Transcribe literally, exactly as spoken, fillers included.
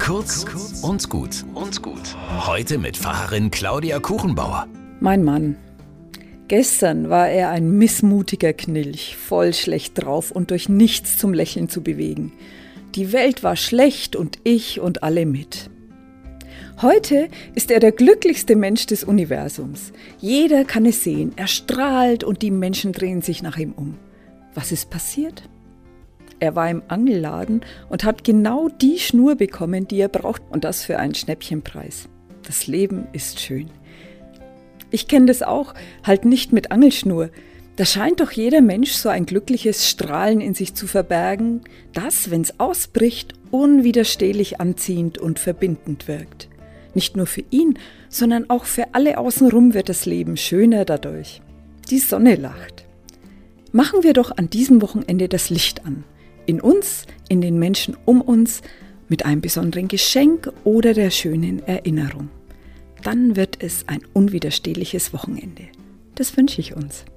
Kurz und gut und gut. Heute mit Pfarrerin Claudia Kuchenbauer. Mein Mann. Gestern war er ein missmutiger Knilch, voll schlecht drauf und durch nichts zum Lächeln zu bewegen. Die Welt war schlecht und ich und alle mit. Heute ist er der glücklichste Mensch des Universums. Jeder kann es sehen. Er strahlt und die Menschen drehen sich nach ihm um. Was ist passiert? Er war im Angelladen und hat genau die Schnur bekommen, die er braucht, und das für einen Schnäppchenpreis. Das Leben ist schön. Ich kenne das auch, halt nicht mit Angelschnur. Da scheint doch jeder Mensch so ein glückliches Strahlen in sich zu verbergen, das, wenn's ausbricht, unwiderstehlich anziehend und verbindend wirkt. Nicht nur für ihn, sondern auch für alle außenrum wird das Leben schöner dadurch. Die Sonne lacht. Machen wir doch an diesem Wochenende das Licht an. In uns, in den Menschen um uns, mit einem besonderen Geschenk oder der schönen Erinnerung. Dann wird es ein unwiderstehliches Wochenende. Das wünsche ich uns.